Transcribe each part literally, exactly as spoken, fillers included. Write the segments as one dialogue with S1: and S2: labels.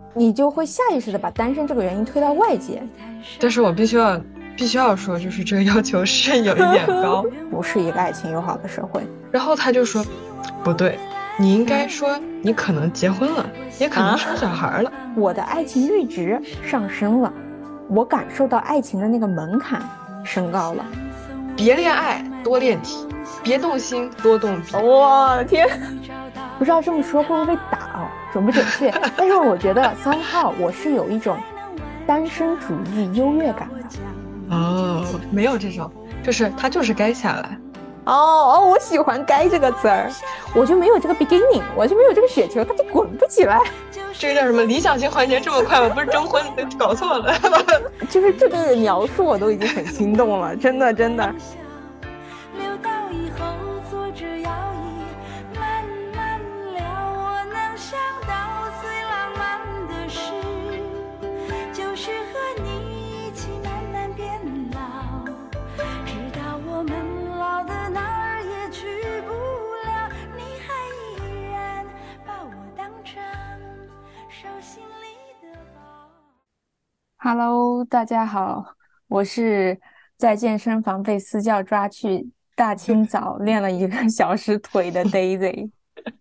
S1: 你就会下意识的把单身这个原因推到外界。
S2: 但是我必须要必须要说，就是这个要求是有一点高。
S1: 不是一个爱情友好的社会。
S2: 然后他就说，不对，你应该说你可能结婚了，也可能
S1: 啊，
S2: 生小孩了。
S1: 我的爱情阈值上升了，我感受到爱情的那个门槛升高了。
S2: 别恋爱，多练体；别动心，多动笔。
S1: 我的天，不知道这么说会不会被打哦，准不准确？但是我觉得三号我是有一种单身主义优越感的。
S2: 哦，没有这种，就是他就是该下来。
S1: 哦哦，我喜欢“该”这个词儿，我就没有这个 beginning，我就没有这个雪球，它就滚不起来。
S2: 这个叫什么？理想型环节这么快吗？不是征婚，搞错了。
S1: 就是这个描述我都已经很心动了，真的真的。
S3: 留到以后坐着摇椅慢慢聊，我能想到最浪漫的事，就是和你一起慢慢变老，直到我们老的哪儿也去不了，你还依然把我当成手心里的宝。
S1: Hello，大家好，我是在健身房被私教抓去大清早练了一个小时腿的 Daisy。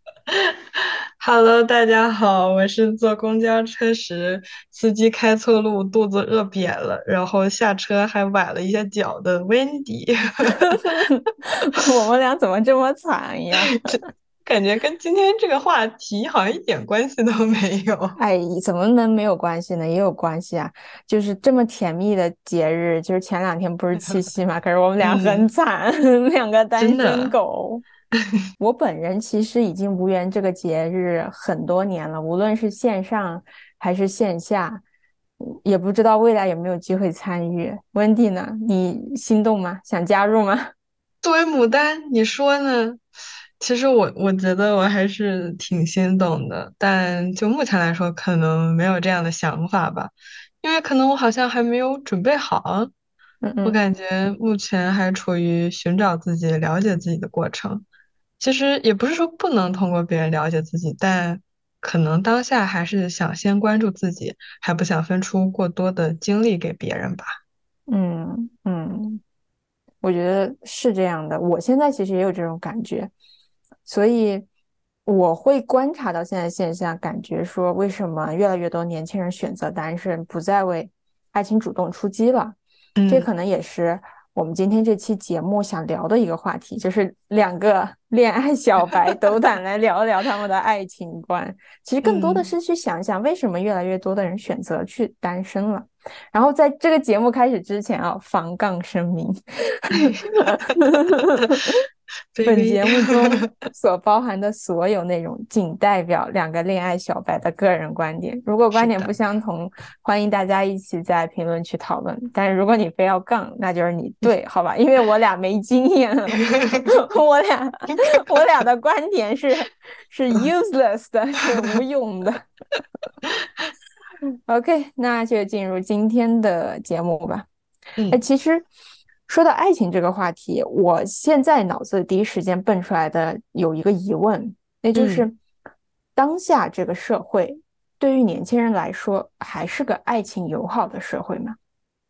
S2: Hello，大家好，我是坐公交车时司机开错路，肚子饿瘪了，然后下车还崴了一下脚的 Wendy。
S1: 我们俩怎么这么惨呀？
S2: 这感觉跟今天这个话题好像一点关系都没有。
S1: 哎，怎么能没有关系呢？也有关系啊！就是这么甜蜜的节日，就是前两天不是七夕嘛，可是我们俩很
S2: 嗯，
S1: 惨，两个单身
S2: 真的。
S1: 狗。我本人其实已经无缘这个节日很多年了，无论是线上还是线下，也不知道未来有没有机会参与。温蒂呢？你心动吗？想加入吗？
S2: 作为牡丹，你说呢？其实我我觉得我还是挺心动的，但就目前来说，可能没有这样的想法吧，因为可能我好像还没有准备好。
S1: 嗯嗯。
S2: 我感觉目前还处于寻找自己、了解自己的过程。其实也不是说不能通过别人了解自己，但可能当下还是想先关注自己，还不想分出过多的精力给别人吧。
S1: 嗯嗯，我觉得是这样的。我现在其实也有这种感觉，所以我会观察到现在现象，感觉说为什么越来越多年轻人选择单身，不再为爱情主动出击了。这
S2: 嗯
S1: 可能也是我们今天这期节目想聊的一个话题，就是两个恋爱小白斗胆来聊聊他们的爱情观。其实更多的
S2: 嗯。
S1: 是去想一想，为什么越来越多的人选择去单身了。然后在这个节目开始之前啊，防杠声明，
S2: 卑微。
S1: 本节目中所包含的所有内容仅代表两个恋爱小白的个人观点，如果观点不
S2: 是的。
S1: 相同，欢迎大家一起在评论区讨论。但是如果你非要杠，那就是你对，好吧？因为我俩没经验，我俩我俩的观点是是 useless 的，是无用的。OK，那就进入今天的节目吧。哎，
S2: 嗯
S1: 其实说到爱情这个话题，我现在脑子里第一时间蹦出来的有一个疑问，那就
S2: 嗯
S1: 是当下这个社会对于年轻人来说，还是个爱情友好的社会吗？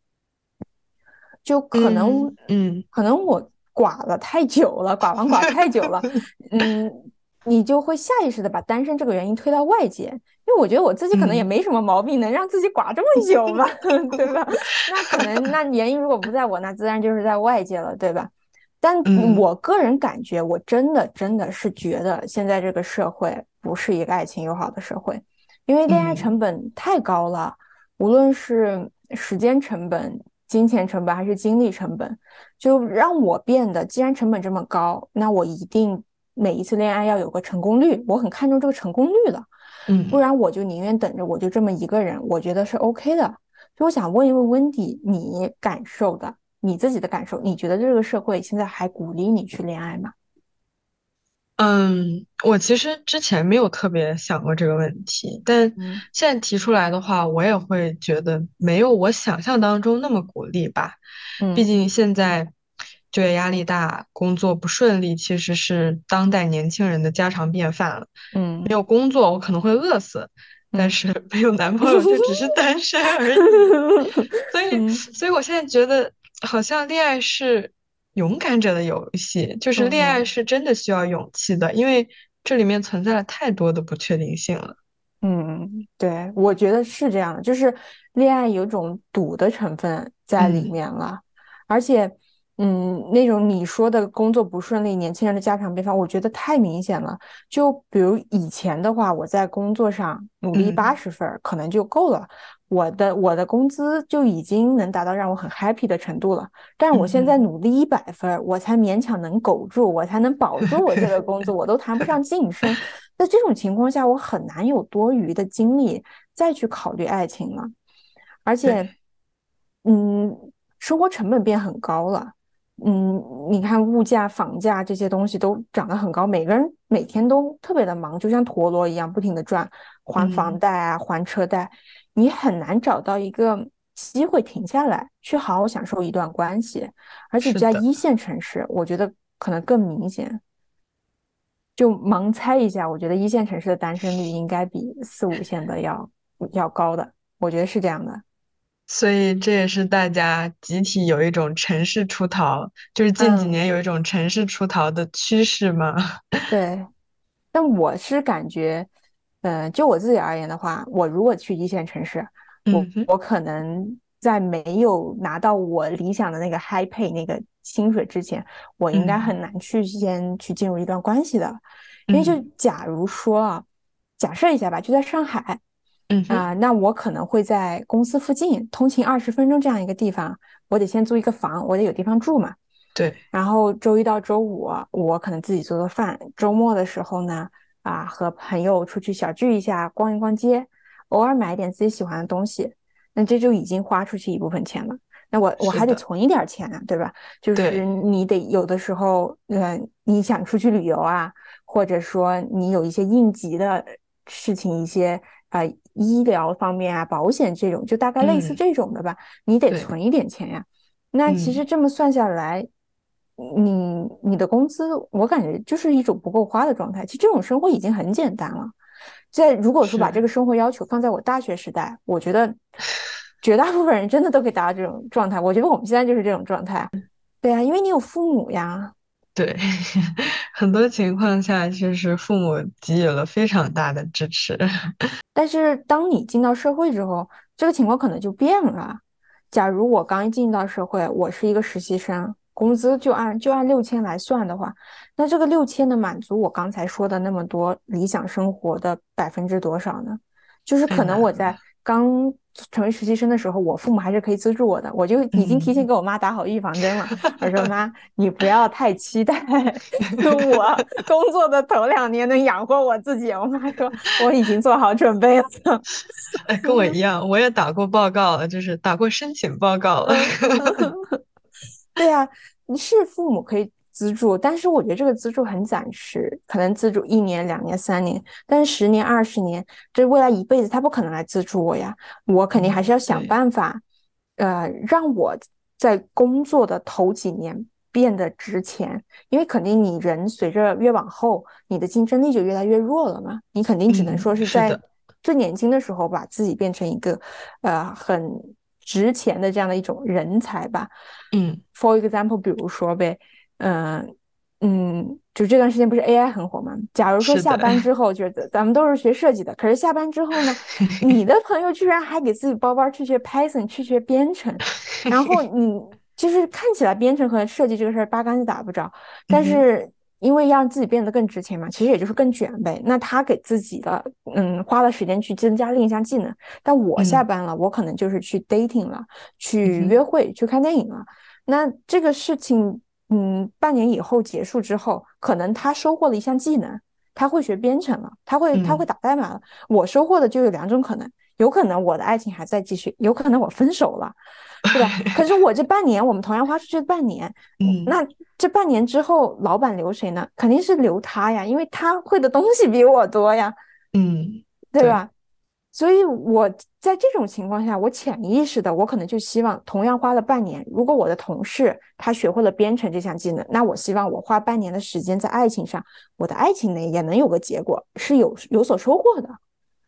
S1: 就可能
S2: 嗯嗯。
S1: 可能我寡了太久了，寡完寡太久了，嗯，你就会下意识的把单身这个原因推到外界，因为我觉得我自己可能也
S2: 嗯
S1: 没什么毛病，能让自己寡这么久吧，对吧？那可能那原因如果不在我，那自然就是在外界了，对吧？但
S2: 嗯
S1: 我个人感觉，我真的真的是觉得现在这个社会不是一个爱情友好的社会，因为恋爱
S2: 嗯
S1: 成本太高了，无论是时间成本、金钱成本还是精力成本，就让我变得，既然成本这么高，那我一定每一次恋爱要有个成功率，我很看重这个成功率的，不
S2: 嗯
S1: 然我就宁愿等着我就这么一个人，我觉得是 OK 的。就我想问一问温迪，你感受的，你自己的感受，你觉得这个社会现在还鼓励你去恋爱吗？
S2: 嗯，我其实之前没有特别想过这个问题，但
S1: 嗯
S2: 现在提出来的话，我也会觉得没有我想象当中那么鼓励吧。毕
S1: 嗯
S2: 竟现在就业压力大，工作不顺利，其实是当代年轻人的家常便饭了。
S1: 嗯
S2: 没有工作，我可能会饿死； 但是没有男朋友，就只是单身而已。所以，
S1: 嗯
S2: 所以我现在觉得，好像恋爱是勇敢者的游戏，就是恋爱
S1: 嗯
S2: 是真的需要勇气的，因为这里面存在了太多的不确定性了。
S1: 嗯，对，我觉得是这样的，就是恋爱有种赌的成分在里
S2: 嗯
S1: 面了，而且，嗯，那种你说的工作不顺利，年轻人的家常便饭，我觉得太明显了。就比如以前的话，我在工作上努力八
S2: 嗯，
S1: 十分儿可能就够了，我的我的工资就已经能达到让我很 happy 的程度了。但是我现在
S2: 嗯嗯，
S1: 努力一百分儿我才勉强能苟住，我才能保住我这个工作，我都谈不上晋升。在这种情况下，我很难有多余的精力再去考虑爱情了。而且，
S2: 对，
S1: 嗯，生活成本变很高了。嗯，你看物价、房价这些东西都涨得很高，每个人每天都特别的忙，就像陀螺一样不停的转，还房
S2: 嗯，
S1: 贷啊，还车贷，你很难找到一个机会停下来，去好好享受一段关系。而且
S2: 是的。
S1: 在一线城市，我觉得可能更明显。就盲猜一下，我觉得一线城市的单身率应该比四五线的要要高的，我觉得是这样的。
S2: 所以这也是大家集体有一种城市出逃，就是近几
S1: 嗯，
S2: 年有一种城市出逃的趋势吗？
S1: 对。但我是感觉，呃，就我自己而言的话，我如果去一线城市，我
S2: 嗯哼，
S1: 我可能在没有拿到我理想的那个 high pay 那个薪水之前，我应该
S2: 嗯
S1: 很难去先去进入一段关系的。因为就
S2: 嗯
S1: 假如说啊，假设一下吧，就在上海
S2: 嗯哼，
S1: 啊，那我可能会在公司附近通勤二十分钟这样一个地方，我得先租一个房，我得有地方住嘛。
S2: 对，
S1: 然后周一到周五，我可能自己做做饭。周末的时候呢，啊，和朋友出去小聚一下，逛一逛街，偶尔买一点自己喜欢的东西。那这就已经花出去一部分钱了。那我我
S2: 是的，
S1: 还得存一点钱啊，对吧？就是
S2: 对，
S1: 你得有的时候，呃，你想出去旅游啊，或者说你有一些应急的事情，一些呃医疗方面啊、保险这种，就大概类似
S2: 嗯
S1: 这种的吧，你得
S2: 对，
S1: 存一点钱呀。那其
S2: 嗯
S1: 实这么算下来，你你的工资，我感觉就是一种不够花的状态。其实这种生活已经很简单了。在如果说把这
S2: 是，
S1: 个生活要求放在我大学时代，我觉得绝大部分人真的都可以达到这种状态。我觉得我们现在就是这种状态。对啊，因为你有父母呀。
S2: 对，很多情况下其实父母给予了非常大的支持。
S1: 但是当你进到社会之后，这个情况可能就变了。假如我刚一进到社会，我是一个实习生，工资就按就按六千来算的话，那这个六千能满足我刚才说的那么多理想生活的百分之多少呢？就是
S2: 太
S1: 可能我在
S2: 难了。
S1: 刚成为实习生的时候，我父母还是可以资助我的，我就已经提前
S2: 嗯，
S1: 给我妈打好预防针了。我说妈，你不要太期待我工作的头两年能养活我自己。我妈说我已经做好准备了。
S2: 哎，跟我一样，我也打过报告了，就是打过申请报告了。
S1: 嗯，对啊，你是父母可以资助，但是我觉得这个资助很暂时，可能资助一年、两年、三年，但是十年、二十年，这未来一辈子他不可能来资助我呀，我肯定还是
S2: 嗯，
S1: 要想
S2: 对，
S1: 办法，呃，让我在工作的头几年变得值钱，因为肯定你人随着越往后，你的竞争力就越来越弱了嘛，你肯定只能
S2: 嗯，
S1: 说是在
S2: 是的，
S1: 最年轻的时候把自己变成一个呃很值钱的这样的一种人才吧。
S2: 嗯，
S1: For example，比如说呗，嗯嗯，就这段时间不是 A I 很火吗？假如说
S2: 是的，
S1: 下班之后，就是咱们都是学设计的，可是下班之后呢，你的朋友居然还给自己包包去学 Python，去学编程，然后你就是看起来编程和设计这个事儿八竿子打不着，但
S2: 嗯哼，
S1: 是因为让自己变得更值钱嘛，其实也就是更卷呗。那他给自己的嗯花了时间去增加另一项技能，但我下
S2: 嗯
S1: 班了，我可能就是去 dating 了，去约
S2: 嗯哼，
S1: 会，去看电影了。那这个事情，嗯，半年以后结束之后，可能他收获了一项技能，他会学编程了，他会他会
S2: 嗯，
S1: 打代码了。我收获的就有两种可能，有可能我的爱情还在继续，有可能我分手了，对吧？可是我这半年，我们同样花出去半年，
S2: 嗯，
S1: 那这半年之后，老板留谁呢？肯定是留他呀，因为他会的东西比我多呀，
S2: 嗯，对，
S1: 对吧？所以我在这种情况下，我潜意识的，我可能就希望同样花了半年，如果我的同事他学会了编程这项技能，那我希望我花半年的时间在爱情上，我的爱情呢也能有个结果，是有有所收获的。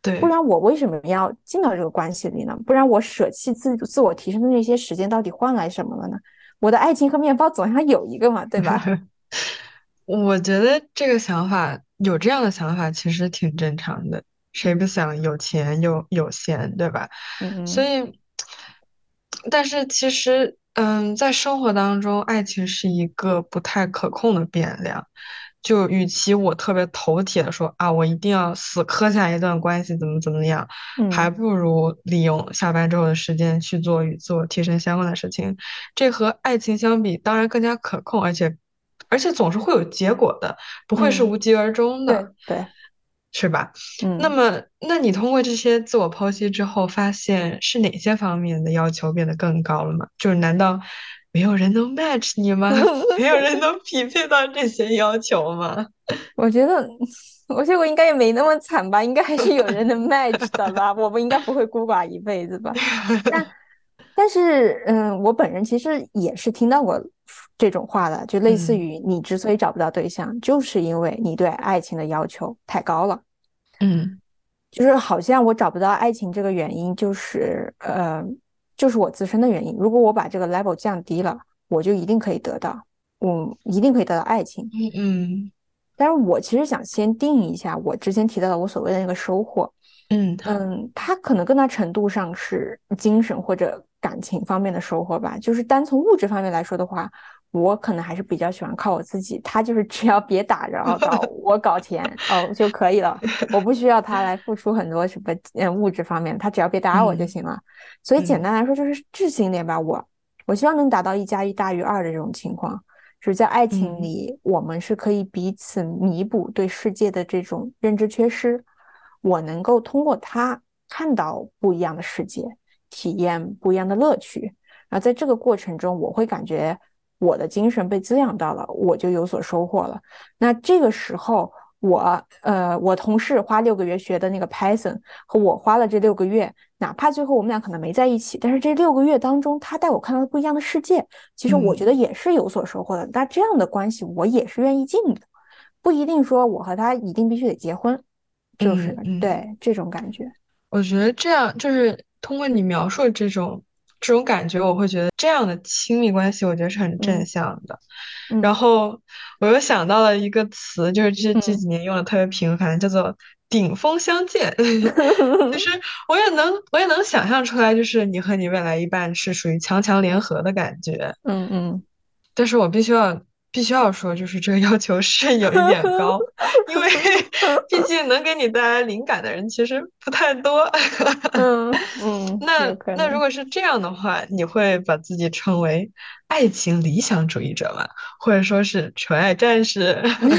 S2: 对，
S1: 不然我为什么要进到这个关系里呢？不然我舍弃自自我提升的那些时间到底换来什么了呢？我的爱情和面包总要有一个嘛，对吧？
S2: 我觉得这个想法有这样的想法其实挺正常的，谁不
S1: 嗯
S2: 想有钱又有闲，对吧？所
S1: 嗯
S2: 以，但是其实，嗯，在生活当中，爱情是一个不太可控的变量。就与其我特别头铁的说啊，我一定要死磕下一段关系，怎么怎么样，还
S1: 嗯
S2: 不如利用下班之后的时间去做与自我提升相关的事情。这和爱情相比，当然更加可控，而且而且总是会有结果的，不会是
S1: 嗯，
S2: 无疾而终的，
S1: 对对，
S2: 是吧？那
S1: 嗯。
S2: 么，那你通过这些自我剖析之后，发现是哪些方面的要求变得更高了吗？就是难道没有人能 match 你吗？没有人能匹配到这些要求吗？
S1: 我觉得，我觉得我应该也没那么惨吧，应该还是有人能 match 的吧，我们应该不会孤寡一辈子吧。但但是，嗯，我本人其实也是听到过这种话的，就类似
S2: 嗯
S1: 于你之所以找不到对象，就是因为你对爱情的要求太高了。
S2: 嗯
S1: 就是好像我找不到爱情这个原因，就是呃，就是我自身的原因。如果我把这个 level 降低了，我就一定可以得到，我一定可以得到爱情。
S2: 嗯嗯
S1: 但是我其实想先定义一下我之前提到的我所谓的那个收获，
S2: 嗯，好，
S1: 嗯，它可能更大程度上是精神或者感情方面的收获吧。就是单从物质方面来说的话，我可能还是比较喜欢靠我自己。他就是只要别打扰到我搞钱哦就可以了，我不需要他来付出很多什么嗯物质方面，他只要别打扰我就
S2: 嗯
S1: 行了。所以简
S2: 嗯
S1: 单来说就是智性恋吧，我我希望能达到一加一大于二的这种情况。就是在爱情
S2: 嗯
S1: 里，我们是可以彼此弥补对世界的这种认知缺失。我能够通过它看到不一样的世界，体验不一样的乐趣。然后在这个过程中，我会感觉我的精神被滋养到了，我就有所收获了。那这个时候，我呃，我同事花六个月学的那个 Python 和我花了这六个月，哪怕最后我们俩可能没在一起，但是这六个月当中，他带我看到了不一样的世界，其实我觉得
S2: 嗯
S1: 也是有所收获的。那这样的关系，我也是愿意进的，不一定说我和他一定必须得结婚，就是
S2: 嗯嗯。
S1: 对这种感觉。
S2: 我觉得这样就是通过你描述这种这种感觉，我会觉得这样的亲密关系，我觉得是很正
S1: 嗯
S2: 向的。然
S1: 嗯
S2: 后我又想到了一个词，就是这这
S1: 嗯
S2: 几年用的特别频繁，叫做顶峰相见。其实我也能我也能想象出来，就是你和你未来一半是属于强强联合的感觉。
S1: 嗯嗯，
S2: 但是我必须要必须要说，就是这个要求是有一点高，因为毕竟能给你带来灵感的人其实不太多。
S1: 嗯嗯，有
S2: 那那如
S1: 可能。
S2: 果是这样的话，你会把自己称为爱情理想主义者吗？或者说是纯爱战士？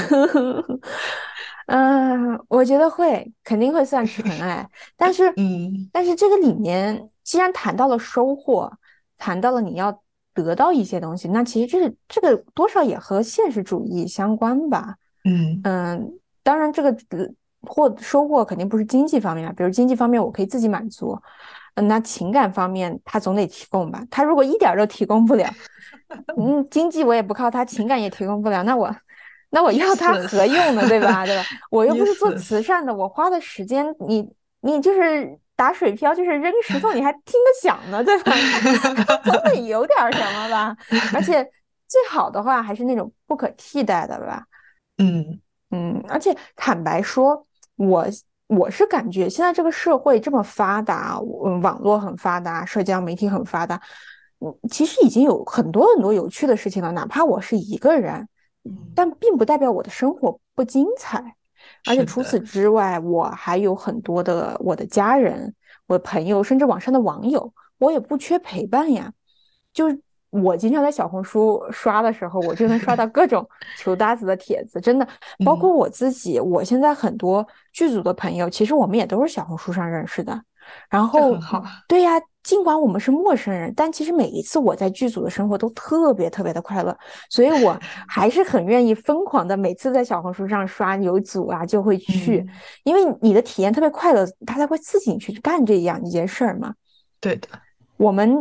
S1: 嗯，我觉得会，肯定会算纯爱，但是，
S2: 嗯
S1: 但是这个里面既然谈到了收获，谈到了你要得到一些东西，那其实这个这个多少也和现实主义相关吧。
S2: 嗯
S1: 嗯，当然这个呃获收获肯定不是经济方面啊，比如经济方面我可以自己满足，嗯，那情感方面他总得提供吧，他如果一点儿都提供不了。嗯，经济我也不靠他，情感也提供不了，那我那我要他何用呢？对吧？对吧？我又不是做慈
S2: useless。
S1: 善的，我花的时间，你你就是打水漂，就是扔石头，你还听得响呢，对吧？他他总得有点什么吧？而且最好的话还是那种不可替代的吧？
S2: 嗯
S1: 嗯，而且坦白说，我我是感觉现在这个社会这么发达，嗯，网络很发达，社交媒体很发达，嗯，其实已经有很多很多有趣的事情了。哪怕我是一个人，
S2: 嗯，
S1: 但并不代表我的生活不精彩。而且除此
S2: 是的，
S1: 之外，我还有很多的我的家人、我的朋友，甚至网上的网友，我也不缺陪伴呀。就是我经常在小红书刷的时候，我就能刷到各种求搭子的帖子，真的，包括
S2: 嗯，
S1: 我自己，我现在很多剧组的朋友，其实我们也都是小红书上认识的。然后，
S2: 这很好。
S1: 对呀，尽管我们是陌生人，但其实每一次我在剧组的生活都特别特别的快乐，所以我还是很愿意疯狂的每次在小红书上刷有组啊就会去，
S2: 嗯，
S1: 因为你的体验特别快乐，它才会刺激你去干这样一件事儿嘛。
S2: 对的。
S1: 我们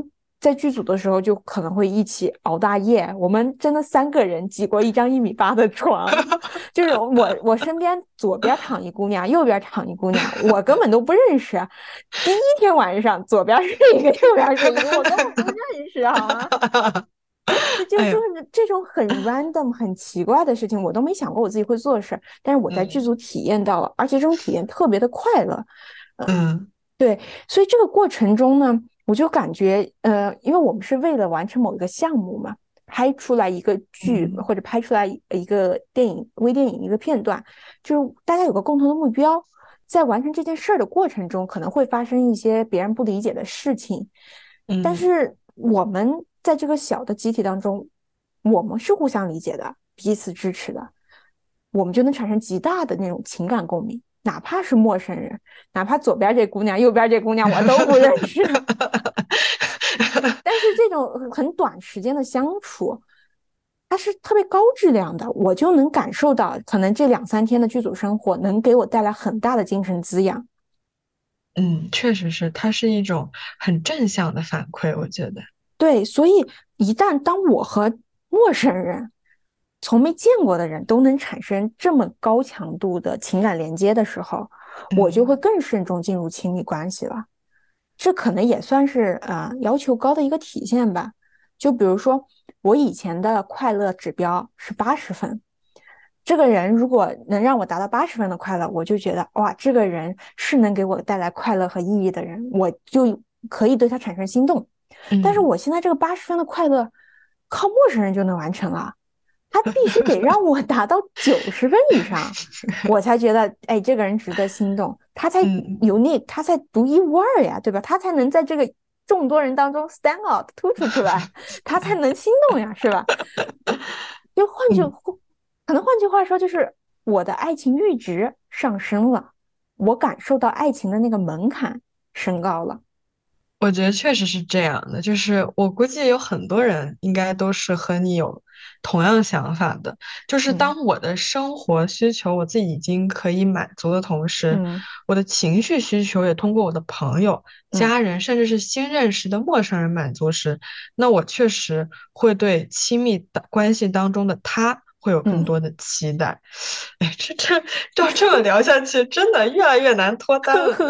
S1: 在剧组的时候就可能会一起熬大夜，我们真的三个人挤过一张一米八的床，就是我我身边左边躺一姑娘，右边躺一姑娘，我根本都不认识。第一天晚上左边是一个，右边是一个，我根本不认识，好吗？就
S2: 哎呦，
S1: 就是这种很 random 很奇怪的事情，我都没想过我自己会做的事，但是我在剧
S2: 嗯
S1: 组体验到了，而且这种体验特别的快乐。
S2: 嗯
S1: 对，所以这个过程中呢，我就感觉，呃，因为我们是为了完成某一个项目嘛，拍出来一个剧
S2: 嗯
S1: 或者拍出来一个电影、微电影一个片段，就是大家有个共同的目标，在完成这件事儿的过程中，可能会发生一些别人不理解的事情，但
S2: 嗯
S1: 是我们在这个小的集体当中，我们是互相理解的，彼此支持的，我们就能产生极大的那种情感共鸣，哪怕是陌生人。哪怕左边这姑娘，右边这姑娘我都不认识，但是这种很短时间的相处，它是特别高质量的，我就能感受到，可能这两三天的剧组生活能给我带来很大的精神滋养。
S2: 嗯，确实是，它是一种很正向的反馈，我觉得。
S1: 对，所以一旦当我和陌生人、从没见过的人都能产生这么高强度的情感连接的时候，我就会
S2: 嗯
S1: 更慎重进入亲密关系了。这可能也算是呃要求高的一个体现吧。就比如说，我以前的快乐指标是八十分，这个人如果能让我达到八十分的快乐，我就觉得哇，这个人是能给我带来快乐和意义的人，我就可以对他产生心动。但是
S2: 嗯，
S1: 我现在这个八十分的快乐，靠陌生人就能完成了，他必须得让我达到九十分以上，我才觉得，哎，这个人值得心动，他才
S2: 嗯
S1: unique，他才独一无二呀，对吧？他才能在这个众多人当中 stand out 突出出来，他才能心动呀，是吧？就换句，
S2: 嗯。
S1: 可能换句话说，就是我的爱情阈值上升了，我感受到爱情的那个门槛升高了。
S2: 我觉得确实是这样的，就是我估计有很多人应该都是和你有同样想法的，就是
S1: 嗯
S2: 当我的生活需求我自己已经可以满足的同时，
S1: 嗯
S2: 我的情绪需求也通过我的朋友、
S1: 嗯
S2: 家人，甚至是新认识的陌生人满足时，那我确实会对亲密的关系当中的他会有更
S1: 嗯。
S2: 多的期待。哎，这这照这么聊下去，真的越来越难脱单了。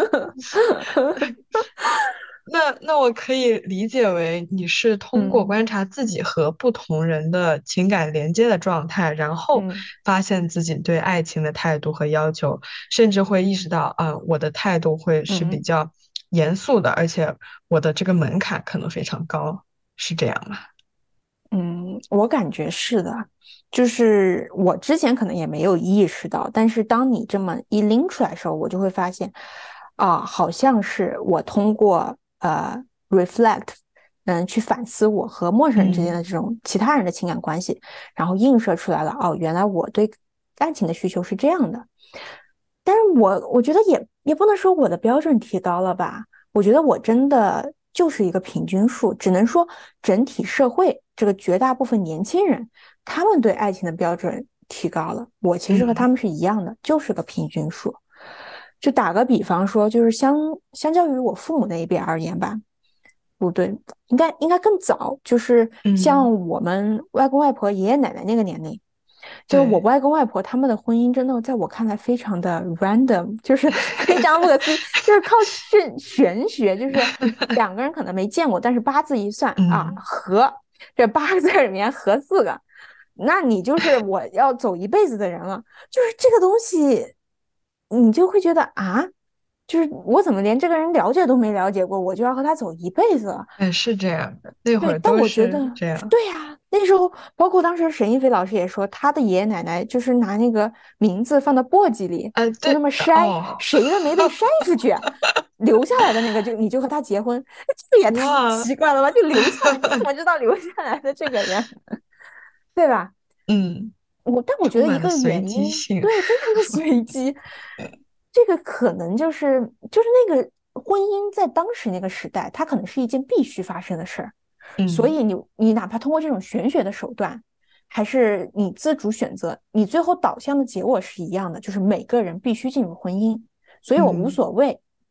S2: 那那我可以理解为你是通过
S1: 嗯
S2: 观察自己和不同人的情感连接的状态，然后
S1: 嗯
S2: 发现自己对爱情的态度和要求，甚至会意识到，啊、我的态度会是比
S1: 嗯
S2: 较严肃的，而且我的这个门槛可能非常高，是这样吗？
S1: 嗯，我感觉是的，就是我之前可能也没有意识到，但是当你这么一拎出来的时候，我就会发现，啊，好像是我通过呃 reflect，嗯，去反思我和陌生人之间
S2: 嗯
S1: 的这种其他人的情感关系，然后映射出来了，哦，原来我对爱情的需求是这样的。但是我我觉得也也不能说我的标准提高了吧，我觉得我真的就是一个平均数，只能说整体社会这个绝大部分年轻人，他们对爱情的标准提高了，我其实和他
S2: 嗯
S1: 们是一样的，就是个平均数。就打个比方说，就是相相较于我父母那一辈而言吧，不对，应该应该更早，就是
S2: 嗯，
S1: 像我们外公外婆、爷爷奶奶那个年龄。就是我
S2: 对，
S1: 外公外婆他们的婚姻，真的在我看来非常的 random，就是非常不可思议，就是靠玄玄学，就是两个人可能没见过，但是八字一算啊，
S2: 嗯。
S1: 合，这八个字里面合四个，那你就是我要走一辈子的人了。就是这个东西，你就会觉得啊，就是我怎么连这个人了解都没了解过，我就要和他走一辈子了。
S2: 哎，是这样的，那会
S1: 对，但
S2: 儿都
S1: 我觉得
S2: 是这样。
S1: 对呀、那时候包括当时沈一飞老师也说，他的爷爷奶奶就是拿那个名字放到簸箕里，
S2: 哎，
S1: 就那
S2: 对，
S1: 么筛，
S2: 哦，
S1: 谁的没被筛出去，留下来的那个就你就和他结婚，这也太
S2: 哇，
S1: 奇怪了吧？就留下来，你怎么知道留下来的这个人，对吧？
S2: 嗯，
S1: 我但我觉
S2: 充
S1: 得一个
S2: 满了随
S1: 原因，
S2: 机性。
S1: 对，非常的随机，这个可能就是就是那个婚姻在当时那个时代，它可能是一件必须发生的事儿。所
S2: 嗯
S1: 以你你哪怕通过这种玄学的手段，还是你自主选择，你最后导向的结果是一样的，就是每个人必须进入婚姻。所以我无
S2: 嗯
S1: 所谓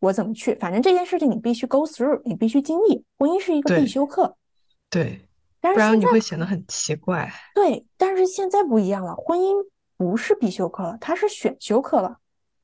S1: 我怎么去，反正这件事情你必须 go through，你必须经历，婚姻是一个必
S2: 对
S1: 修课。
S2: 对，
S1: 但是现在
S2: 不然你会显得很奇怪。
S1: 对，但是现在不一样了，婚姻不是必修课了，它是选修课了。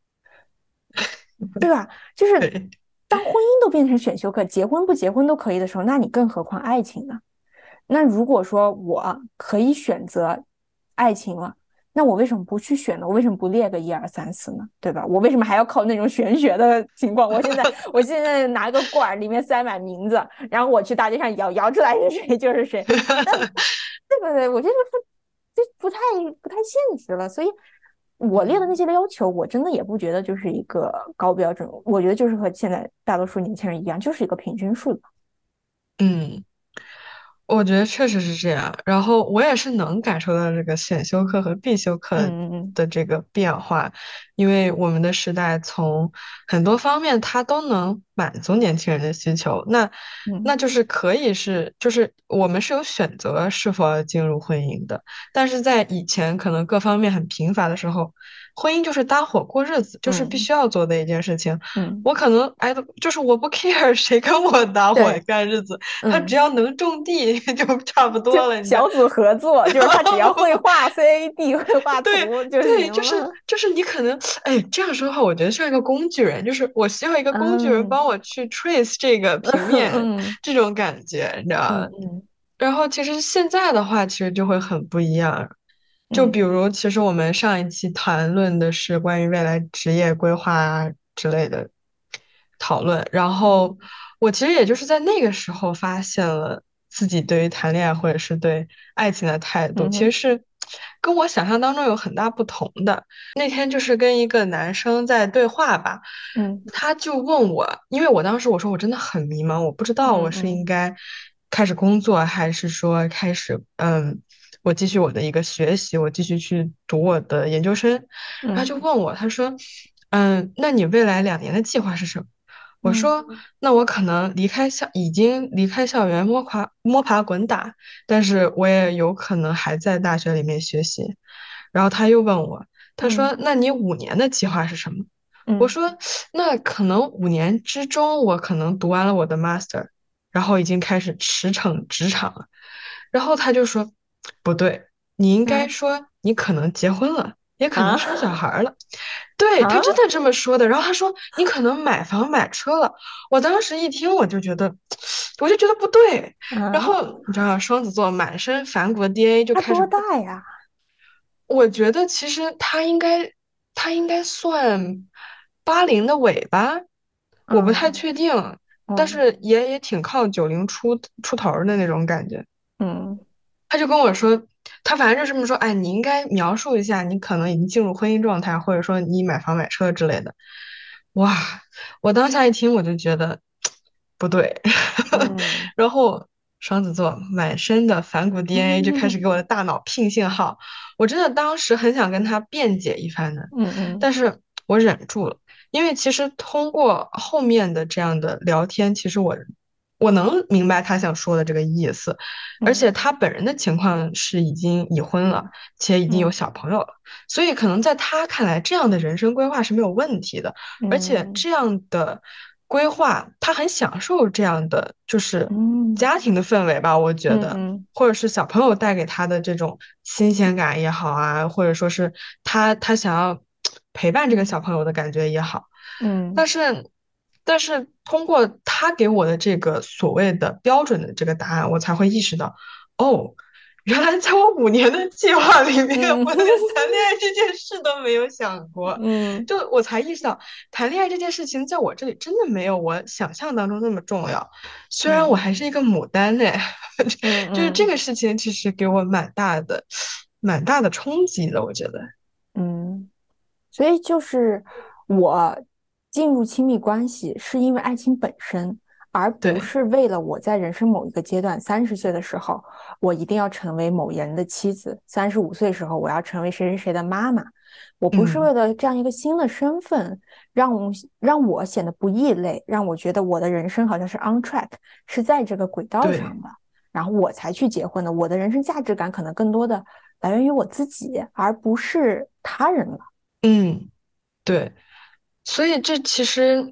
S1: 对吧？就是
S2: 对，
S1: 当婚姻都变成选修课，结婚不结婚都可以的时候，那你更何况爱情呢？那如果说我可以选择爱情了，那我为什么不去选呢？我为什么不列个一二三四呢？对吧？我为什么还要靠那种玄学的情况？我现在我现在拿个罐儿，里面塞满名字，然后我去大街上摇，摇出来是谁就是谁。那对不对？我觉得不，这不太不太现实了。所以我列的那些要求，我真的也不觉得就是一个高标准，我觉得就是和现在大多数年轻人一样，就是一个平均数的。
S2: 嗯。我觉得确实是这样，然后我也是能感受到这个选修课和必修课
S1: 嗯嗯
S2: 的这个变化，因为我们的时代从很多方面它都能满足年轻人的需求，那那
S1: 嗯
S2: 就是可以是，就是我们是有选择是否要进入婚姻的，但是在以前可能各方面很贫乏的时候，婚姻就是搭伙过日子，就是必
S1: 嗯
S2: 须要做的一件事情。
S1: 嗯，
S2: 我可能哎，就是我不 care 谁跟我搭伙
S1: 对，
S2: 干日子，他只
S1: 嗯，
S2: 要能种地就差不
S1: 就
S2: 多了，你知道？
S1: 小组合作，就是他只要会画 C A D，会画
S2: 对
S1: 图就
S2: 对，就是
S1: 行了。
S2: 就是你可能哎这样说的话，我觉得像一个工具人，就是我需要一个工具人
S1: 嗯
S2: 帮我去 trace 这个平面
S1: 嗯
S2: 这种感觉，你知道吗？
S1: 嗯嗯
S2: 然后其实现在的话，其实就会很不一样。就比
S1: 嗯
S2: 如，其实我们上一期谈论的是关于未来职业规划啊之类的讨论，然后我其实也就是在那个时候发现了自己对于谈恋爱或者是对爱情的态度，
S1: 嗯嗯
S2: 其实是跟我想象当中有很大不同的。那天就是跟一个男生在对话吧，
S1: 嗯
S2: 他就问我，因为我当时我说我真的很迷茫，我不知道我是应
S1: 嗯嗯
S2: 该开始工作，还是说开始嗯，我继续我的一个学习，我继续去读我的研究生。然后
S1: 嗯
S2: 就问我，他说，嗯，那你未来两年的计划是什么？我
S1: 嗯
S2: 说，那我可能离开校，已经离开校园摸爬摸爬滚打，但是我也有可能还在大学里面学习。然后他又问我，他
S1: 嗯
S2: 说，那你五年的计划是什么？我
S1: 嗯
S2: 说，那可能五年之中，我可能读完了我的 master，然后已经开始驰骋职场了。然后他就说，不对，你应该
S1: 啊
S2: 说你可能结婚了，也可能
S1: 啊
S2: 生小孩了。对，他
S1: 啊
S2: 真的这么说的。然后他说你可能买房买车了。我当时一听我就觉得，我就觉得不对。然
S1: 啊！
S2: 后你知道，双子座满身反骨的 D N A 就
S1: 他多
S2: 开始不，
S1: 大呀？
S2: 我觉得其实他应该，他应该算八零的尾巴，我不太
S1: 嗯
S2: 确定，但
S1: 嗯
S2: 是也也挺靠九零出出头儿的那种感觉。
S1: 嗯
S2: 他就跟我说，他反正就这么说，哎，你应该描述一下，你可能已经进入婚姻状态，或者说你买房买车之类的。哇，我当下一听我就觉得不对，
S1: 嗯
S2: 然后双子座满身的反骨 D N A 就开始
S1: 嗯
S2: 给我的大脑拼信号，我真的当时很想跟他辩解一番的，
S1: 嗯嗯
S2: 但是我忍住了，因为其实通过后面的这样的聊天，其实我我能明白他想说的这个意思，而
S1: 嗯
S2: 且他本人的情况是已经已婚了，且已经有
S1: 嗯
S2: 小朋友了，所以可能在他看来，这样的人生规划是没有问题的。而且
S1: 嗯
S2: 这样的规划，他很享受这样的就是
S1: 嗯
S2: 家庭的氛围吧，我觉得，
S1: 嗯
S2: 或者是小朋友带给他的这种新鲜感也好啊，或者说是他他想要陪伴这个小朋友的感觉也好，
S1: 嗯
S2: 但是但是通过他给我的这个所谓的标准的这个答案，我才会意识到，哦。原来在我五年的计划里面，
S1: 嗯
S2: 我连谈恋爱这件事都没有想过。
S1: 嗯
S2: 就我才意识到，谈恋爱这件事情在我这里真的没有我想象当中那么重要。虽然我
S1: 嗯
S2: 还是一个牡丹呢，就是这
S1: 嗯
S2: 个事情其实给我蛮大的、蛮大的冲击的，我觉得。
S1: 嗯，所以就是我进入亲密关系是因为爱情本身，而不
S2: 对，
S1: 是为了我在人生某一个阶段，三十岁的时候我一定要成为某人的妻子，三十五岁时候我要成为谁谁谁的妈妈。我不是为
S2: 嗯，
S1: 了这样一个新的身份，让我让我显得不异类，让我觉得我的人生好像是 on track，是在这个轨道
S2: 对，
S1: 上的，然后我才去结婚的。我的人生价值感可能更多的来源于我自己，而不是他人了。
S2: 嗯，对。所以这其实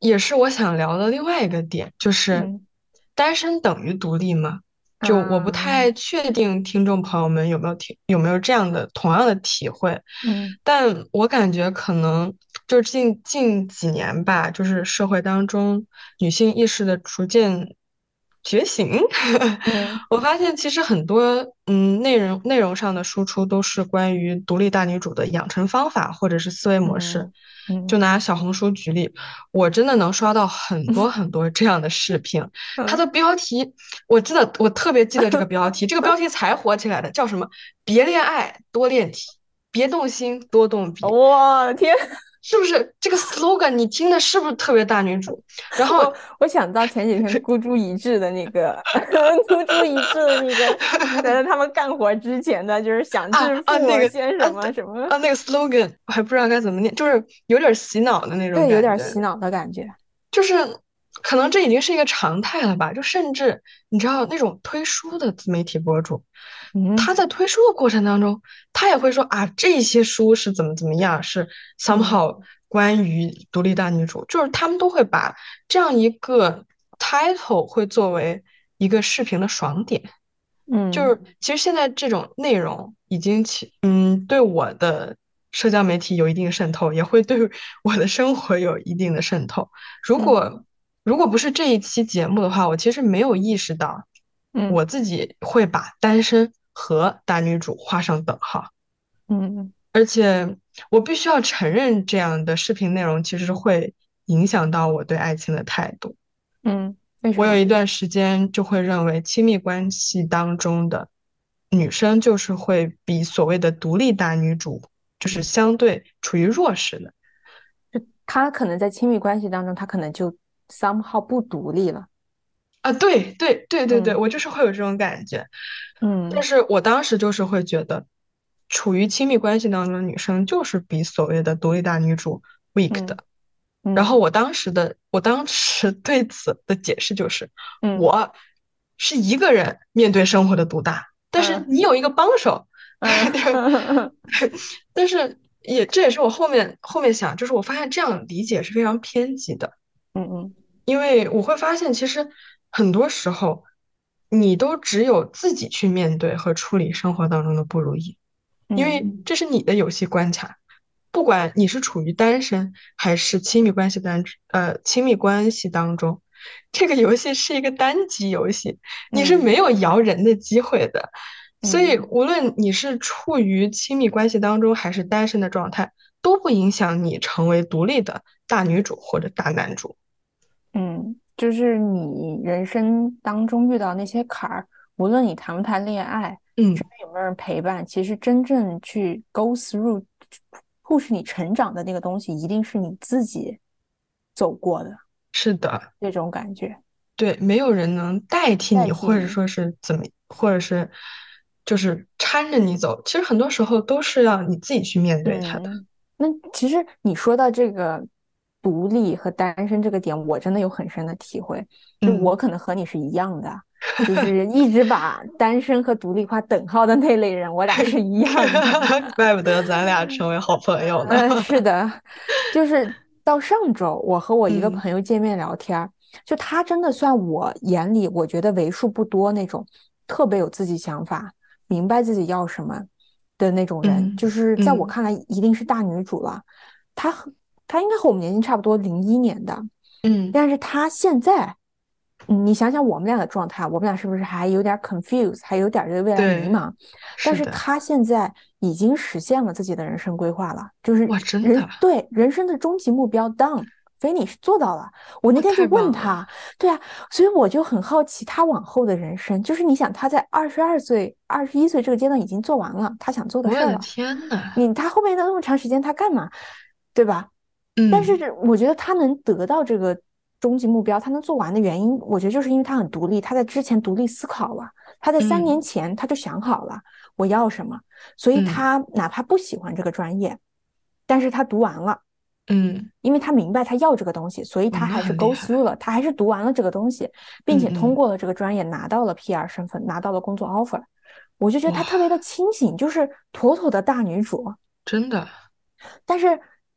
S2: 也是我想聊的另外一个点，就是
S1: 嗯
S2: 单身等于独立吗？就我不
S1: 啊
S2: 太确定听众朋友们有没有听有没有这样的同样的体会，
S1: 嗯
S2: 但我感觉可能就是近近几年吧，就是社会当中女性意识的逐渐觉醒。
S1: 嗯
S2: 我发现其实很多嗯内容内容上的输出都是关于独立大女主的养成方法或者是思维模式。
S1: 嗯嗯
S2: 就拿小红书举例，我真的能刷到很多很多这样的视频。它的
S1: 嗯，
S2: 标题，我真的我特别记得这个标题，这个标题才火起来的，叫什么？别恋爱，多练体；别动心，多动笔。
S1: 我的天！
S2: 是不是这个 slogan 你听的是不是特别大女主？然后
S1: 我我想到前几天孤注一掷的那个孤注一掷的那个，呃，他们干活之前的就是想
S2: 啊
S1: 致
S2: 啊那个
S1: 富先
S2: 啊
S1: 什么什么，
S2: 啊那个 slogan 我还不知道该怎么念，就是有点洗脑的那种
S1: 对，有
S2: 感觉。
S1: 点洗脑的感觉。
S2: 就是可能这已经是一个常态了吧？就甚至你知道那种推书的自媒体博主，他
S1: 嗯
S2: 在推书的过程当中，他也会说啊，这些书是怎么怎么样，是
S1: 嗯
S2: somehow 关于独立大女主，就是他们都会把这样一个 title 会作为一个视频的爽点。就
S1: 嗯
S2: 是其实现在这种内容已经起，嗯，对我的社交媒体有一定渗透，也会对我的生活有一定的渗透。如
S1: 嗯
S2: 果如果不是这一期节目的话，我其实没有意识到
S1: 嗯
S2: 我自己会把单身和大女主画上等号，
S1: 嗯
S2: 而且我必须要承认，这样的视频内容其实会影响到我对爱情的态度。
S1: 嗯，为什
S2: 我有
S1: 么？
S2: 一段时间就会认为，亲密关系当中的女生就是会比所谓的独立大女主，就是相对处于弱势的。
S1: 就他可能在亲密关系当中，他可能就 somehow 不独立了。
S2: 啊，对对对对对，
S1: 嗯
S2: 我就是会有这种感觉。但
S1: 嗯
S2: 是我当时就是会觉得，处于亲密关系当中的女生就是比所谓的独立大女主 weak 的。
S1: 嗯嗯
S2: 然后我当时的我当时对此的解释就是，
S1: 嗯
S2: 我是一个人面对生活的独大，但是
S1: 嗯
S2: 你有一个帮手。
S1: 嗯嗯
S2: 但是也这也是我后面后面想，就是我发现这样理解是非常偏激的。
S1: 嗯
S2: 因为我会发现，其实很多时候，你都只有自己去面对和处理生活当中的不如意，因为
S1: 嗯
S2: 这是你的游戏关卡。不管你是处于单身还是亲密关系当呃亲密关系当中，这个游戏是一个单机游戏，你是
S1: 嗯
S2: 没有摇人的机会的。所以，
S1: 嗯
S2: 无论你是处于亲密关系当中还是单身的状态，都不影响你成为独立的大女主或者大男主。
S1: 嗯，就是你人生当中遇到那些坎儿，无论你谈不谈恋爱，身
S2: 嗯。
S1: 边有没有人陪伴，其实真正去 go through push 你成长的那个东西，一定是你自己走过的
S2: 是的，
S1: 这种感觉，
S2: 对，没有人能代替
S1: 代
S2: 你，
S1: 替你。
S2: 或者说是怎么，或者是就是搀着你走。其实很多时候都是要你自己去面对它的。
S1: 嗯，那其实你说到这个独立和单身这个点，我真的有很深的体会。就我
S2: 嗯，
S1: 可能和你是一样的，就是一直把单身和独立划等号的那类人，我俩是一样的。
S2: 怪不得咱俩成为好朋友呢。
S1: 嗯，是的，就是到上周，我和我一个
S2: 嗯
S1: 朋友见面聊天儿，就他真的算我眼里我觉得为数不多那种特别有自己想法、明白自己要什么的那种人，
S2: 嗯
S1: 就是在我
S2: 嗯
S1: 看来一定是大女主了。她和她应该和我们年龄差不多，零一年的，
S2: 嗯，
S1: 但是她现在。嗯，你想想我们俩的状态，我们俩是不是还有点 confused，还有点对未来迷
S2: 对，
S1: 茫？但
S2: 是的，
S1: 是他现在已经实现了自己的人生规划了，就是
S2: 哇，真的，
S1: 人对人生的终极目标 done finish 做到了。我那
S2: 哇，
S1: 天就
S2: 太棒了。
S1: 问他，对啊，所以我就很好奇他往后的人生，就是你想他在二十二岁、二十一岁这个阶段已经做完了他想做的
S2: 我的
S1: 事儿了，
S2: 天呐，
S1: 你他后面的那么长时间他干嘛，对吧？但是
S2: 嗯
S1: 这我觉得他能得到这个终极目标，他能做完的原因，我觉得就是因为他很独立，他在之前独立思考了，他在三年
S2: 嗯
S1: 前他就想好了我要什么，所以
S2: 嗯
S1: 他哪怕不喜欢这个专业，但是他读完了，
S2: 嗯，
S1: 因为他明白他要这个东西，所以
S2: 哇，那
S1: 他还是
S2: 很厉
S1: go through
S2: 害。
S1: 了，他还是读完了这个东西，并且通
S2: 嗯嗯，
S1: 过了这个专业，拿到了 P R 身份，拿到了工作 offer。我就觉得她特别的
S2: 哇，
S1: 清醒，就是妥妥的大女主。
S2: 真的，
S1: 但是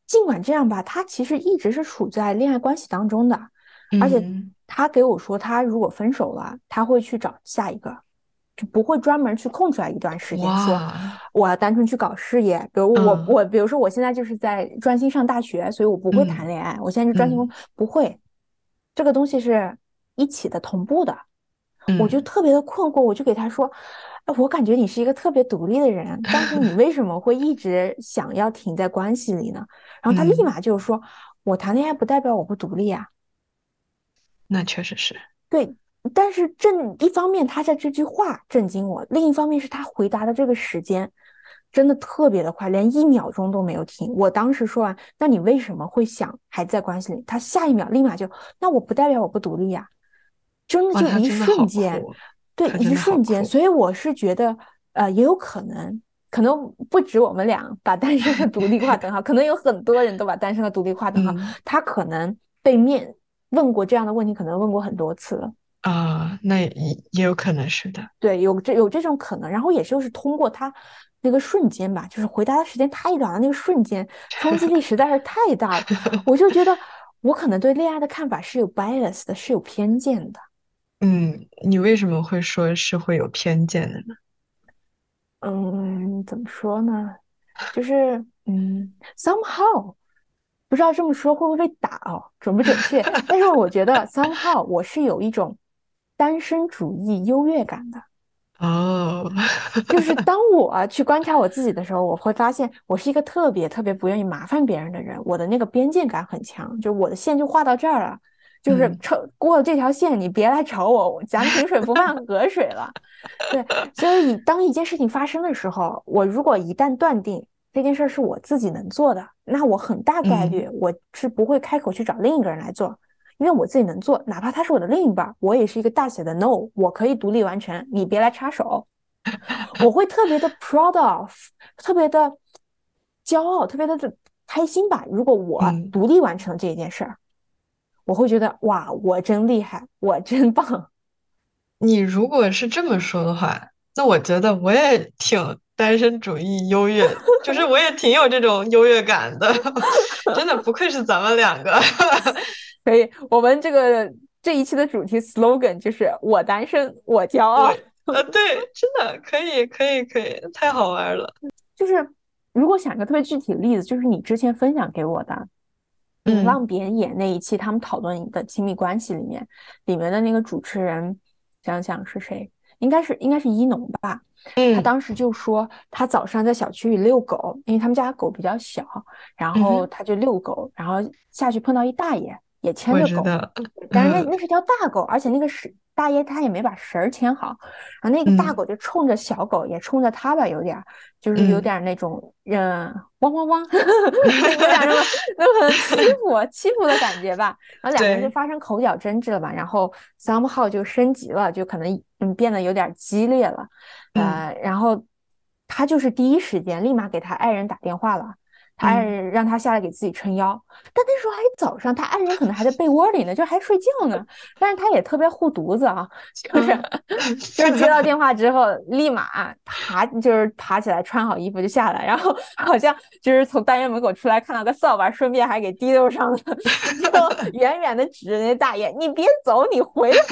S1: 尽管这样吧，他其实一直是处在恋爱关系当中的，而且
S2: 嗯，
S1: 他给我说，他如果分手了，他会去找下一个，就不会专门去空出来一段时间说
S2: 哇，
S1: 我要单纯去搞事业。比如我
S2: 嗯
S1: 我比如说我现在就是在专心上大学，所以我不会谈
S2: 嗯
S1: 恋爱，我现在是专心工，
S2: 嗯
S1: 不会，这个东西是一起的同步的。我就
S2: 嗯
S1: 特别的困惑，我就给他说，哎我感觉你是一个特别独立的人，但是你为什么会一直想要停在关系里呢？然后他立
S2: 嗯，
S1: 马就说，我谈恋爱不代表我不独立啊。
S2: 那确实是。
S1: 对，但是正一方面他在这句话震惊我，另一方面是他回答的这个时间真的特别的快，连一秒钟都没有停。我当时说完，那你为什么会想还在关系里？他下一秒立马就，那我不代表我不独立呀、真的
S2: 哇，
S1: 就一
S2: 他真的好
S1: 瞬间，
S2: 酷，
S1: 对，一
S2: 他真的好
S1: 瞬间。
S2: 酷。
S1: 所以我是觉得，呃，也有可能，可能不止我们俩把单身和独立划等号，可能有很多人都把单身和独立划等号。
S2: 嗯
S1: 他可能被面问过这样的问题，可能问过很多次了。
S2: 啊，那也也有可能是的。
S1: 对，有这有这种可能，然后也就是通过他那个瞬间吧，就是回答的时间太短了，那个瞬间冲击力实在是太大了，我就觉得我可能对恋爱的看法是有 bias 的，是有偏见的。
S2: 嗯，你为什么会说是会有偏见的呢？
S1: 嗯，怎么说呢？就是嗯，somehow 不知道这么说会不会被打哦，准不准确？但是我觉得 somehow 我是有一种单身主义优越感的。
S2: 哦，
S1: 就是当我去观察我自己的时候，我会发现我是一个特别特别不愿意麻烦别人的人，我的那个边界感很强，就我的线就画到这儿了，就是
S2: 嗯
S1: 超过了这条线，你别来找我，咱井水不犯河水了。对，所以当一件事情发生的时候，我如果一旦断定这件事是我自己能做的，那我很大概率
S2: 嗯，
S1: 我是不会开口去找另一个人来做，因为我自己能做，哪怕他是我的另一半，我也是一个大写的 no，我可以独立完成，你别来插手。我会特别的 proud of，特别的骄傲，特别的开心吧。如果我
S2: 嗯，
S1: 独立完成这一件事儿，我会觉得哇，我真厉害，我真棒。
S2: 你如果是这么说的话，那我觉得我也挺单身主义优越，就是我也挺有这种优越感的，真的不愧是咱们两个。
S1: 所以，我们这个这一期的主题 slogan 就是“我单身，我骄傲”。
S2: 我呃，对，真的可以，可以，可以，太好玩了。
S1: 就是如果想一个特别具体的例子，就是你之前分享给我的《引
S2: 嗯
S1: 浪别野》那一期，他们讨论的亲密关系里面，里面的那个主持人，想想是谁？应该是应该是一农吧。他
S2: 嗯
S1: 当时就说，他早上在小区里遛狗，因为他们家狗比较小，然
S2: 嗯哼，
S1: 后他就遛狗，然后下去碰到一大爷，也牵
S2: 我
S1: 着狗，
S2: 知道，
S1: 但是那
S2: 嗯
S1: 那是条大狗，而且那个是大爷他也没把绳儿牵好，然后那个大
S2: 嗯
S1: 狗就冲着小狗，也冲着他吧，有点儿就是有
S2: 嗯
S1: 点儿那种嗯汪汪汪，有点儿那么那么欺负欺负的感觉吧。然后两个人就
S2: 对，
S1: 发生口角争执了吧，然后 somehow 就升级了，就可能嗯变得有点激烈了，
S2: 嗯
S1: 呃，然后他就是第一时间立马给他爱人打电话了。他爱
S2: 嗯，
S1: 人让他下来给自己撑腰，但那时候还早上，他爱人可能还在被窝里呢，就还睡觉呢。但是他也特别护犊子啊，就是
S2: 嗯，
S1: 就是接到电话之后，立马爬就是爬起来，穿好衣服就下来，然后好像就是从单元门口出来，看到个扫把，顺便还给提溜上了，就远远的指着那大爷：“你别走，你回来。”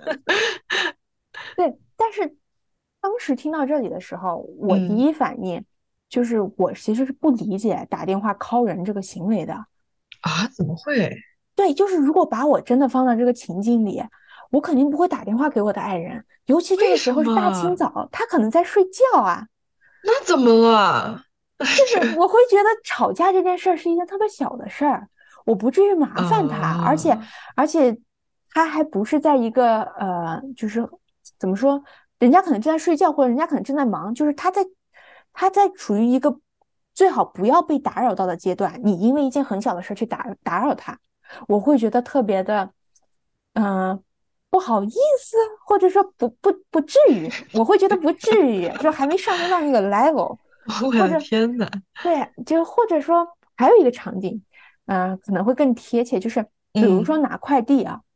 S1: 对，但是当时听到这里的时候，我第
S2: 嗯
S1: 一反应就是我其实是不理解打电话 call 人这个行为的。
S2: 啊，怎么会？
S1: 对，就是如果把我真的放到这个情境里，我肯定不会打电话给我的爱人，尤其这个时
S2: 为什
S1: 候是大清
S2: 么？
S1: 早，他可能在睡觉啊。
S2: 那怎么了？
S1: 就是我会觉得吵架这件事儿是一件特别小的事儿，我不至于麻烦他，而且
S2: 啊，
S1: 而且他还不是在一个呃，就是怎么说，人家可能正在睡觉，或者人家可能正在忙，就是他在他在处于一个最好不要被打扰到的阶段，你因为一件很小的事儿去打打扰他，我会觉得特别的，嗯、不好意思，或者说不不不至于，我会觉得不至于，就还没上升到那个 level。
S2: 我的
S1: 或者
S2: 天呐，
S1: 对，就或者说还有一个场景，嗯、可能会更贴切，就是比如说
S2: 嗯
S1: 拿快递啊，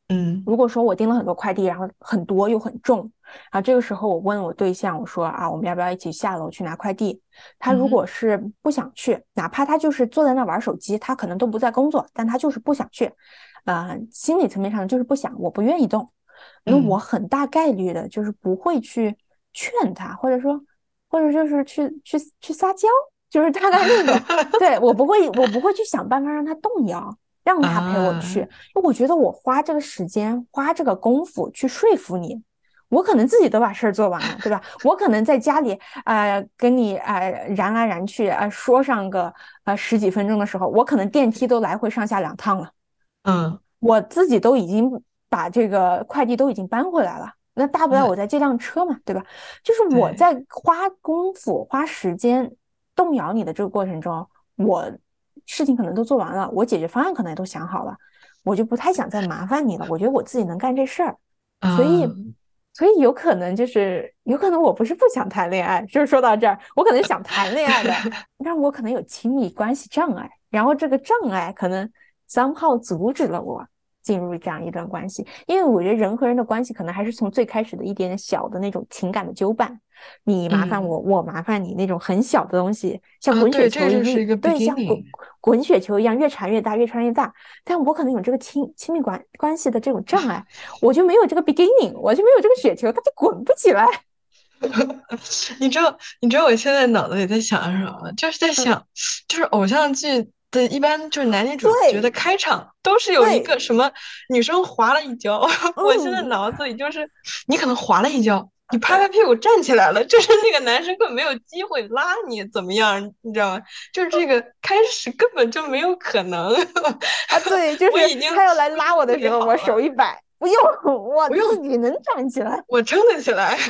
S2: 嗯
S1: 如果说我订了很多快递，然后很多又很重，然后这个时候我问我对象，我说啊，我们要不要一起下楼去拿快递？他如
S2: 嗯哼
S1: 果是不想去，哪怕他就是坐在那玩手机，他可能都不在工作，但他就是不想去，呃，心理层面上就是不想，我不愿意动，那我
S2: 嗯
S1: 很大概率的就是不会去劝他，或者说，或者就是去去去撒娇，就是大概那种，对，我不会，我不会去想办法让他动摇。让他陪我去，
S2: 啊，
S1: 因为我觉得我花这个时间，花这个功夫去说服你，我可能自己都把事儿做完了，对吧？我可能在家里呃跟你呃燃来燃去，呃说上个呃十几分钟的时候，我可能电梯都来回上下两趟了，
S2: 嗯，
S1: 我自己都已经把这个快递都已经搬回来了。那大不了
S2: 那
S1: 我再借辆车嘛，对吧？就是我
S2: 对
S1: 在花功夫、花时间动摇你的这个过程中，我事情可能都做完了，我解决方案可能也都想好了，我就不太想再麻烦你了。我觉得我自己能干这事儿，所以，
S2: 啊，
S1: 所以有可能就是有可能我不是不想谈恋爱，就是说到这儿，我可能想谈恋爱的，但我可能有亲密关系障碍，然后这个障碍可能 somehow 阻止了我进入这样一段关系，因为我觉得人和人的关系可能还是从最开始的一点点小的那种情感的纠绊，你麻烦
S2: 嗯
S1: 我，我麻烦你那种很小的东西，像
S2: 啊，
S1: 滚雪
S2: 对，这
S1: 球一样，
S2: 就是一个
S1: 对，像滚
S2: beginning。
S1: 滚雪球一样，越传越大，越传越大。但我可能有这个亲亲密关关系的这种障碍，我就没有这个 beginning，我就没有这个雪球，它就滚不起来。
S2: 你知道，你知道我现在脑子里在想什么吗？就是在
S1: 嗯，
S2: 想，就是偶像剧的一般就是男女主角的
S1: 对
S2: 开场都是有一个
S1: 对，
S2: 什么女生滑了一跤，我现在
S1: 嗯
S2: 脑子里就是你可能滑了一跤，你拍拍屁股站起来了，就是那个男生根本没有机会拉你怎么样，你知道吗？就是这个开始根本就没有可能，
S1: 啊，对，就是
S2: 我已经
S1: 他要来
S2: 我已经
S1: 拉我的时候，
S2: 处理好
S1: 我手
S2: 了，
S1: 一摆，不用，我
S2: 不用，
S1: 自己能站起来，
S2: 我撑得起来。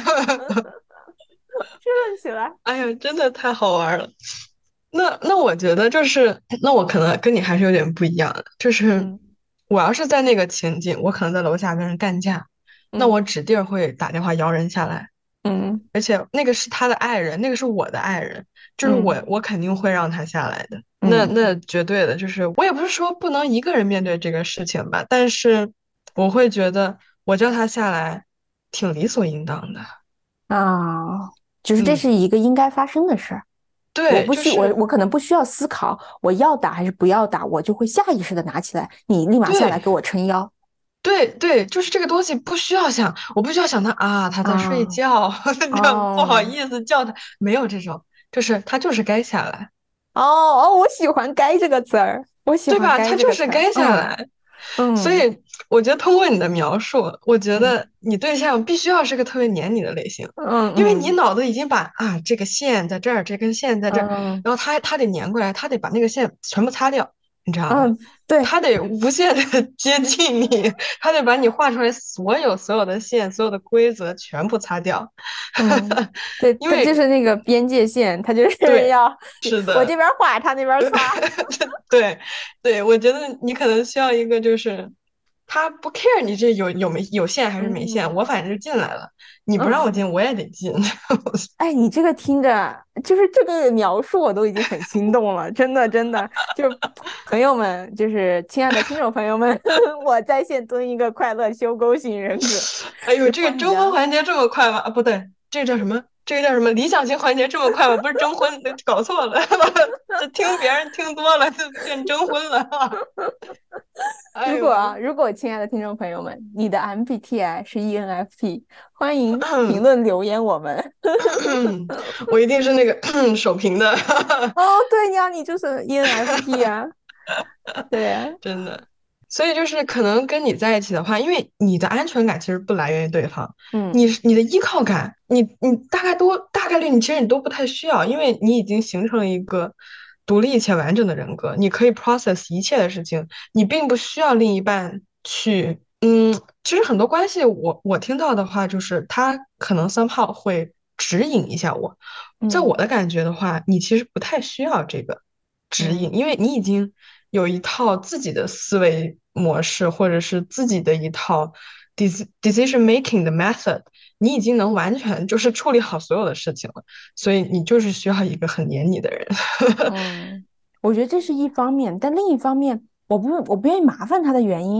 S1: 站起来。
S2: 哎呀，真的太好玩了。那那我觉得就是，那我可能跟你还是有点不一样的，就是
S1: 嗯
S2: 我要是在那个情景，我可能在楼下跟人干架，那
S1: 嗯
S2: 我指定会打电话摇人下来，
S1: 嗯
S2: 而且那个是他的爱人，那个是我的爱人，就是我
S1: 嗯
S2: 我肯定会让他下来的。那
S1: 嗯
S2: 那绝对的，就是我也不是说不能一个人面对这个事情吧，但是我会觉得我叫他下来挺理所应当的。
S1: 啊，就是这
S2: 嗯，
S1: 是一个应该发生的事儿。我
S2: 对，
S1: 不需我
S2: 就是
S1: 我可能不需要思考我要打还是不要打，我就会下意识的拿起来，你立马下来
S2: 对。
S1: 给我撑腰
S2: 对对，就是这个东西不需要想，我不需要想他啊，他在睡
S1: 啊
S2: 觉，这样不好
S1: 哦
S2: 意思叫他，没有这种，就是他就是该下来，
S1: 哦哦，我喜欢"该"这个词儿，我喜欢"
S2: 对吧？
S1: 该"
S2: 他
S1: 这个词儿，
S2: 就是该下
S1: 嗯
S2: 来。所
S1: 嗯
S2: 以我觉得通过你的描述，我觉
S1: 嗯
S2: 得你对象必须要是个特别黏你的类型，
S1: 嗯
S2: 因为你
S1: 嗯
S2: 脑子已经把啊这个线在这儿，这根线在这儿，
S1: 嗯
S2: 然后他他得粘过来，他得把那个线全部擦掉，你知道吗？
S1: 嗯，对，
S2: 他得无限的接近你，他得把你画出来所有所有的线，所有的规则全部擦掉，
S1: 嗯对，
S2: 因为
S1: 它就是那个边界线，它就是
S2: 对，
S1: 要
S2: 是的，
S1: 我这边画，他那边擦，
S2: 对对，我觉得你可能需要一个，就是他不 care 你这有有没有线还是没线，我
S1: 嗯
S2: 反正是进来了，你不让我
S1: 嗯。
S2: 进，我也得进。
S1: 哎，你这个听着，就是这个描述，我都已经很心动了，真的，真的，就是朋友们，就是亲爱的听众朋友们，我在线蹲一个快乐修沟型人格，
S2: 哎呦，
S1: 就
S2: 这个征婚
S1: 欢迎大家。
S2: 环节这么快吗？啊，不对，这个叫什么？这个叫什么？理想型环节这么快吗？不是征婚，搞错了，这听别人听多了就变征婚了。哎呦，
S1: 如果啊，如果亲爱的听众朋友们，你的 M B T I 是 E N F P，欢迎评论留言我们。
S2: 我一定是那个手平的，
S1: 哦，对呀，你就是 E N F P 啊，对呀，
S2: 真的。所以就是可能跟你在一起的话，因为你的安全感其实不来源于对方，你
S1: 嗯
S2: 你的依靠感，你你大概都大概率你其实你都不太需要，因为你已经形成了一个独立且完整的人格，你可以 process 一切的事情，你并不需要另一半去，嗯，其实很多关系我我听到的话就是他可能 somehow 会指引一下我，在我
S1: 嗯
S2: 的感觉的话，你其实不太需要这个指引，因为
S1: 嗯
S2: 你已经有一套自己的思维模式，或者是自己的一套 deci- decision making 的 method，你已经能完全就是处理好所有的事情了，所以你就是需要一个很黏你的人。
S1: 嗯，我觉得这是一方面，但另一方面，我不我不愿意麻烦他的原因，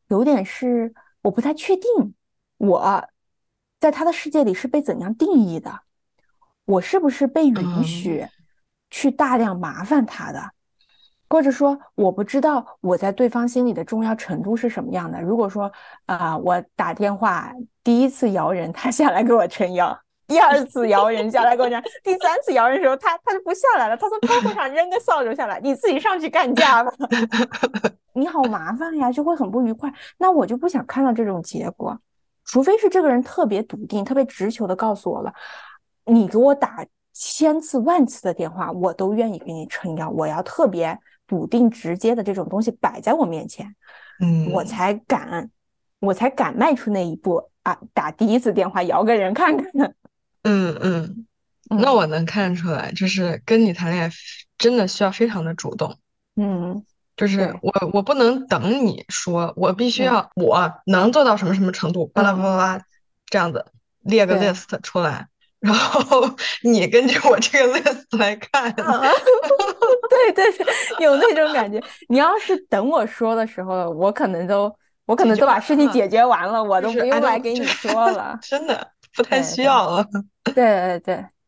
S1: 有点是我不太确定，我在他的世界里是被怎样定义的，我是不是被允
S2: 嗯
S1: 许去大量麻烦他的，或者说我不知道我在对方心里的重要程度是什么样的。如果说啊、呃我打电话第一次摇人，他下来给我撑腰。第二次摇人下来给我讲，第三次摇人的时候，他他就不下来了。他从窗户上扔个扫帚下来，你自己上去干架吧。你好麻烦呀，就会很不愉快。那我就不想看到这种结果，除非是这个人特别笃定、特别直球的告诉我了，你给我打千次万次的电话，我都愿意给你撑腰。我要特别笃定、直接的这种东西摆在我面前，我
S2: 嗯
S1: 才敢，我才敢迈出那一步啊！打第一次电话摇个人看看。
S2: 嗯嗯，那
S1: 嗯
S2: 我能看出来，就是跟你谈恋爱真的需要非常的主动。
S1: 嗯，
S2: 就是
S1: 对，
S2: 我我不能等你说，我必须
S1: 嗯
S2: 要我能做到什么什么程度，巴拉巴
S1: 嗯，
S2: 拉巴拉这样子列个
S1: 对。
S2: list 出来，然后你根据我这个 list 来看。
S1: 啊，对对对，有那种感觉。你要是等我说的时候，我可能都我可
S2: 解决
S1: 能都把事情解
S2: 完了，
S1: 决完了，我
S2: 就是
S1: 都不
S2: I
S1: 用来
S2: don't 就
S1: 给你说了。
S2: 真的不太
S1: 对对
S2: 需要了。
S1: 对对对，